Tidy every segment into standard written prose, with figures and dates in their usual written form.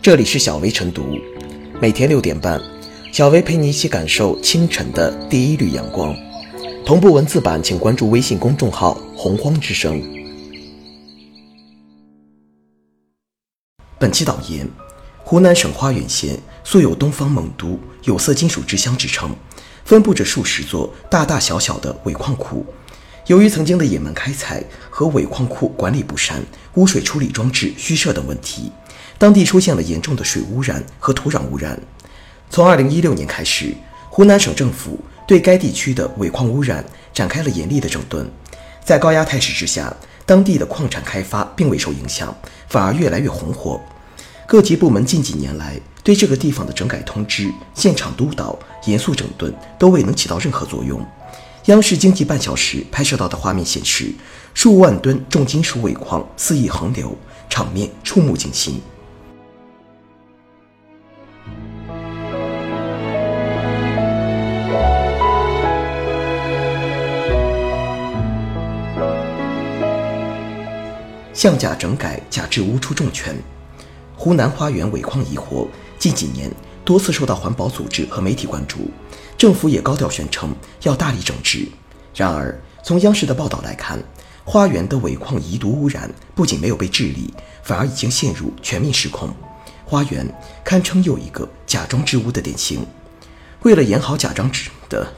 这里是小薇晨读，每天6点半，小薇陪你一起感受清晨的第一缕阳光。同步文字版请关注微信公众号洪荒之声。本期导言：湖南省花垣县素有东方猛毒、有色金属之乡之称，分布着数十座大大小小的尾矿库。由于曾经的野蛮开采和尾矿库管理不善、污水处理装置虚设等问题，当地出现了严重的水污染和土壤污染。从2016年开始，湖南省政府对该地区的尾矿污染展开了严厉的整顿。在高压态势之下，当地的矿产开发并未受影响，反而越来越红火。各级部门近几年来对这个地方的整改通知、现场督导、严肃整顿都未能起到任何作用。央视经济半小时拍摄到的画面显示，数万吨重金属尾矿肆意横流，场面触目惊心。象甲整改假质污出重拳，湖南花园尾矿疑惑近几年多次受到环保组织和媒体关注，政府也高调宣称要大力整治。然而，从央视的报道来看，花园的尾矿遗毒污染不仅没有被治理，反而已经陷入全面失控。花园堪称又一个假装治污的典型。为了演好假装治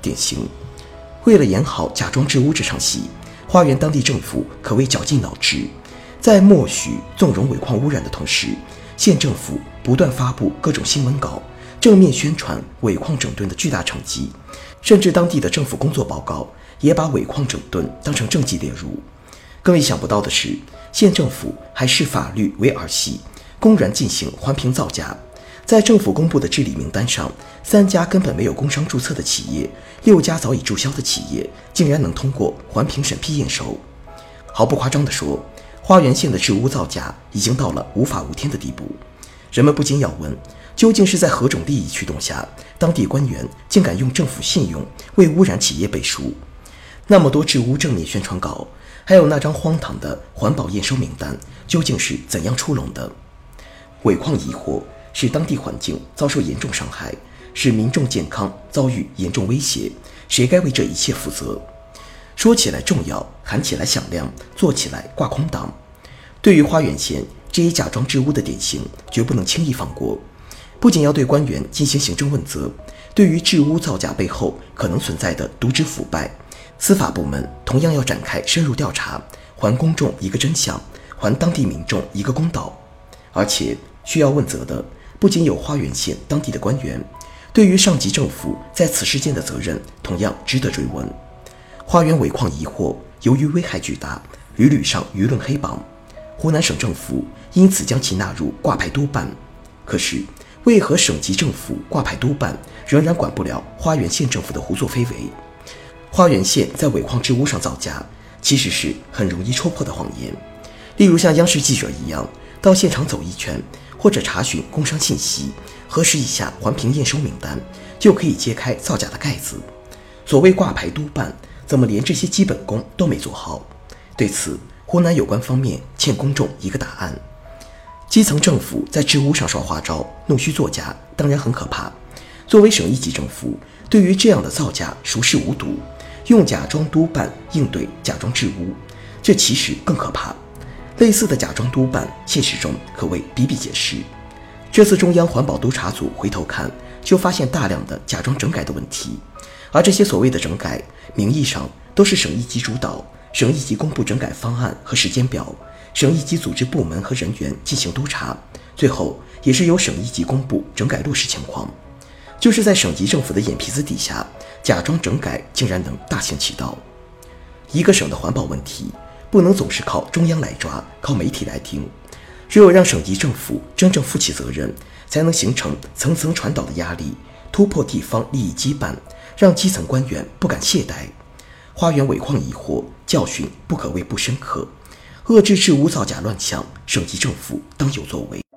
污这场戏，花园当地政府可谓绞尽脑汁。在默许纵容尾矿污染的同时，县政府不断发布各种新闻稿，正面宣传尾矿整顿的巨大成绩，甚至当地的政府工作报告也把尾矿整顿当成政绩列入。更意想不到的是，县政府还视法律为儿戏，公然进行环评造假。在政府公布的治理名单上，3家根本没有工商注册的企业，6家早已注销的企业，竟然能通过环评审批验收。毫不夸张地说，花园县的治污造假已经到了无法无天的地步。人们不禁要问，究竟是在何种利益驱动下，当地官员竟敢用政府信用为污染企业背书？那么多治污正面宣传稿，还有那张荒唐的环保验收名单，究竟是怎样出笼的？尾矿疑惑使当地环境遭受严重伤害，使民众健康遭遇严重威胁，谁该为这一切负责？说起来重要，喊起来响亮，做起来挂空档。对于花园县这一假装治污的典型，绝不能轻易放过。不仅要对官员进行行政问责，对于治污造假背后可能存在的渎职腐败，司法部门同样要展开深入调查，还公众一个真相，还当地民众一个公道。而且需要问责的不仅有花园县当地的官员，对于上级政府在此事件的责任同样值得追问。花园尾矿疑惑由于危害巨大，屡屡上舆论黑榜，湖南省政府因此将其纳入挂牌督办。可是为何省级政府挂牌督办仍然管不了花园县政府的胡作非为？花园县在尾矿治污上造假，其实是很容易戳破的谎言。例如像央视记者一样，到现场走一圈，或者查询工商信息，核实一下环评验收名单，就可以揭开造假的盖子。所谓挂牌督办，怎么连这些基本功都没做好？对此，湖南有关方面欠公众一个答案。基层政府在治污上耍花招、弄虚作假，当然很可怕。作为省一级政府，对于这样的造假熟视无睹，用假装督办应对假装治污，这其实更可怕。类似的假装督办，现实中可谓比比皆是。这次中央环保督察组回头看，就发现大量的假装整改的问题。而这些所谓的整改，名义上都是省一级主导，省一级公布整改方案和时间表，省一级组织部门和人员进行督查，最后也是由省一级公布整改落实情况。就是在省级政府的眼皮子底下，假装整改竟然能大行其道。一个省的环保问题，不能总是靠中央来抓，靠媒体来听。只有让省级政府真正负起责任，才能形成层层传导的压力，突破地方利益羁绊，让基层官员不敢懈怠。花园尾矿疑惑教训不可谓不深刻，遏制治污造假乱象，省级政府当有作为。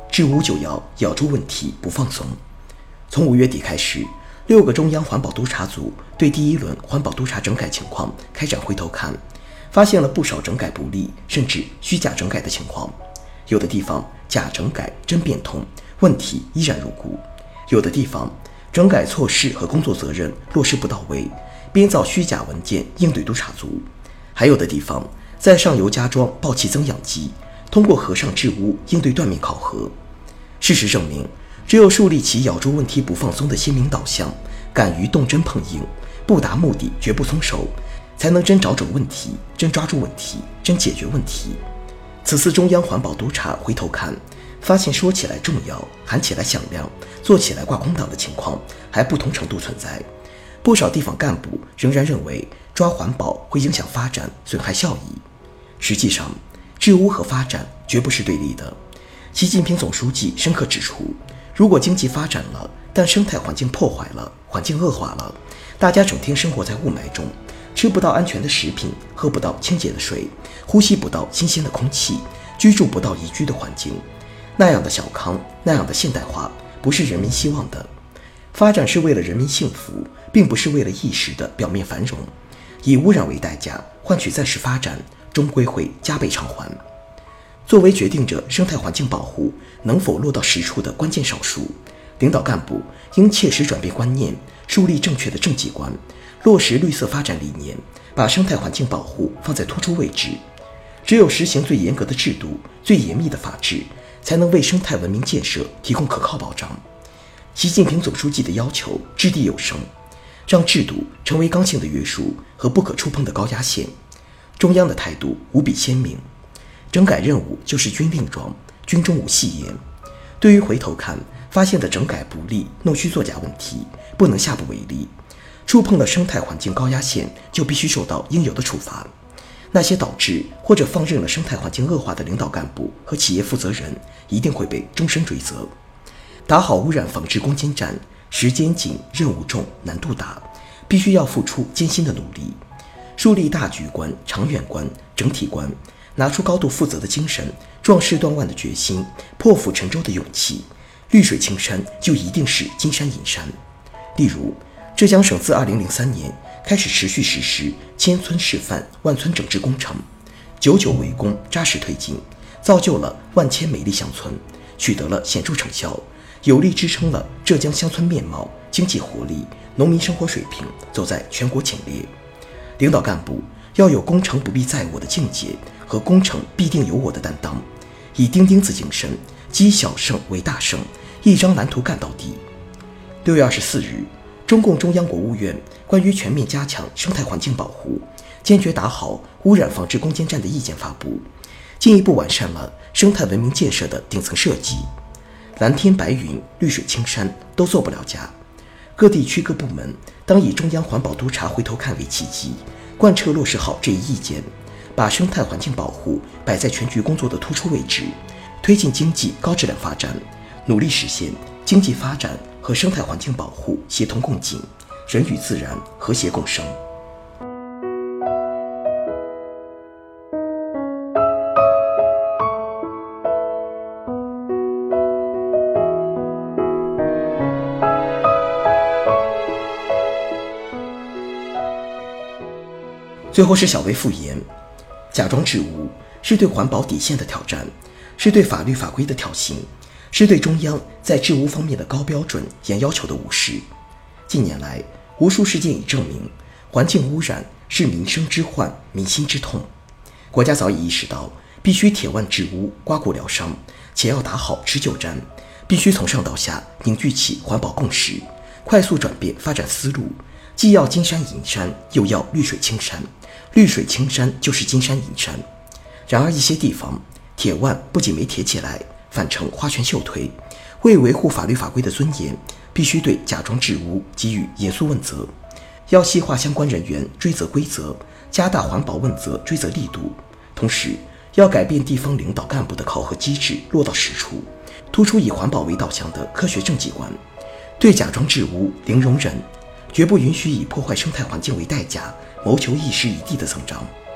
治污就要咬住问题不放松。从5月底开始，6个中央环保督察组对第一轮环保督察整改情况开展回头看，发现了不少整改不力甚至虚假整改的情况。有的地方假整改真变通，问题依然如故；有的地方整改措施和工作责任落实不到位，编造虚假文件应对督察组；还有的地方在上游加装爆气增氧机，通过河上治污应对断面考核。事实证明，只有树立起咬住问题不放松的鲜明导向，敢于动真碰硬，不达目的绝不松手，才能真找准问题，真抓住问题，真解决问题。此次中央环保督察回头看，发现说起来重要，喊起来响亮，做起来挂空档的情况还不同程度存在。不少地方干部仍然认为抓环保会影响发展，损害效益。实际上，治污和发展绝不是对立的。习近平总书记深刻指出，如果经济发展了，但生态环境破坏了，环境恶化了，大家整天生活在雾霾中，吃不到安全的食品，喝不到清洁的水，呼吸不到新鲜的空气，居住不到宜居的环境，那样的小康，那样的现代化，不是人民希望的。发展是为了人民幸福，并不是为了一时的表面繁荣。以污染为代价换取暂时发展，终归会加倍偿还。作为决定着生态环境保护能否落到实处的关键少数，领导干部应切实转变观念，树立正确的政绩观，落实绿色发展理念，把生态环境保护放在突出位置。只有实行最严格的制度、最严密的法治，才能为生态文明建设提供可靠保障。习近平总书记的要求掷地有声，让制度成为刚性的约束和不可触碰的高压线。中央的态度无比鲜明，整改任务就是军令状，军中无戏言。对于回头看发现的整改不力、弄虚作假问题，不能下不为例。触碰了生态环境高压线，就必须受到应有的处罚。那些导致或者放任了生态环境恶化的领导干部和企业负责人，一定会被终身追责。打好污染防治攻坚战，时间紧、任务重、难度大，必须要付出艰辛的努力。树立大局观、长远观、整体观，拿出高度负责的精神、壮士断腕的决心、破釜沉舟的勇气，绿水青山就一定是金山银山。例如，浙江省自2003年开始持续实施千村示范、万村整治工程，久久为功，扎实推进，造就了万千美丽乡村，取得了显著成效，有力支撑了浙江乡村面貌、经济活力、农民生活水平走在全国前列。领导干部要有工程不必在我的境界和工程必定有我的担当，以钉钉子精神，积小胜为大胜，一张蓝图干到底。6月24日，中共中央国务院关于全面加强生态环境保护、坚决打好污染防治攻坚战的意见发布，进一步完善了生态文明建设的顶层设计。蓝天白云、绿水青山都做不了家，各地区各部门当以中央环保督察回头看为契机，贯彻落实好这一意见，把生态环境保护摆在全局工作的突出位置，推进经济高质量发展，努力实现经济发展和生态环境保护协同共进，人与自然和谐共生。最后是小微复言，假装治污是对环保底线的挑战，是对法律法规的挑衅，是对中央在治污方面的高标准、严要求的无视。近年来，无数事件已证明，环境污染是民生之患、民心之痛。国家早已意识到，必须铁腕治污、刮骨疗伤，且要打好持久战，必须从上到下凝聚起环保共识，快速转变发展思路，既要金山银山，又要绿水青山。绿水青山就是金山银山。然而一些地方，铁腕不仅没铁起来，反成花拳绣腿。为维护法律法规的尊严，必须对假装治污给予严肃问责，要细化相关人员追责规则，加大环保问责追责力度。同时，要改变地方领导干部的考核机制，落到实处，突出以环保为导向的科学政绩观，对假装治污零容忍，绝不允许以破坏生态环境为代价谋求一时一地的增长。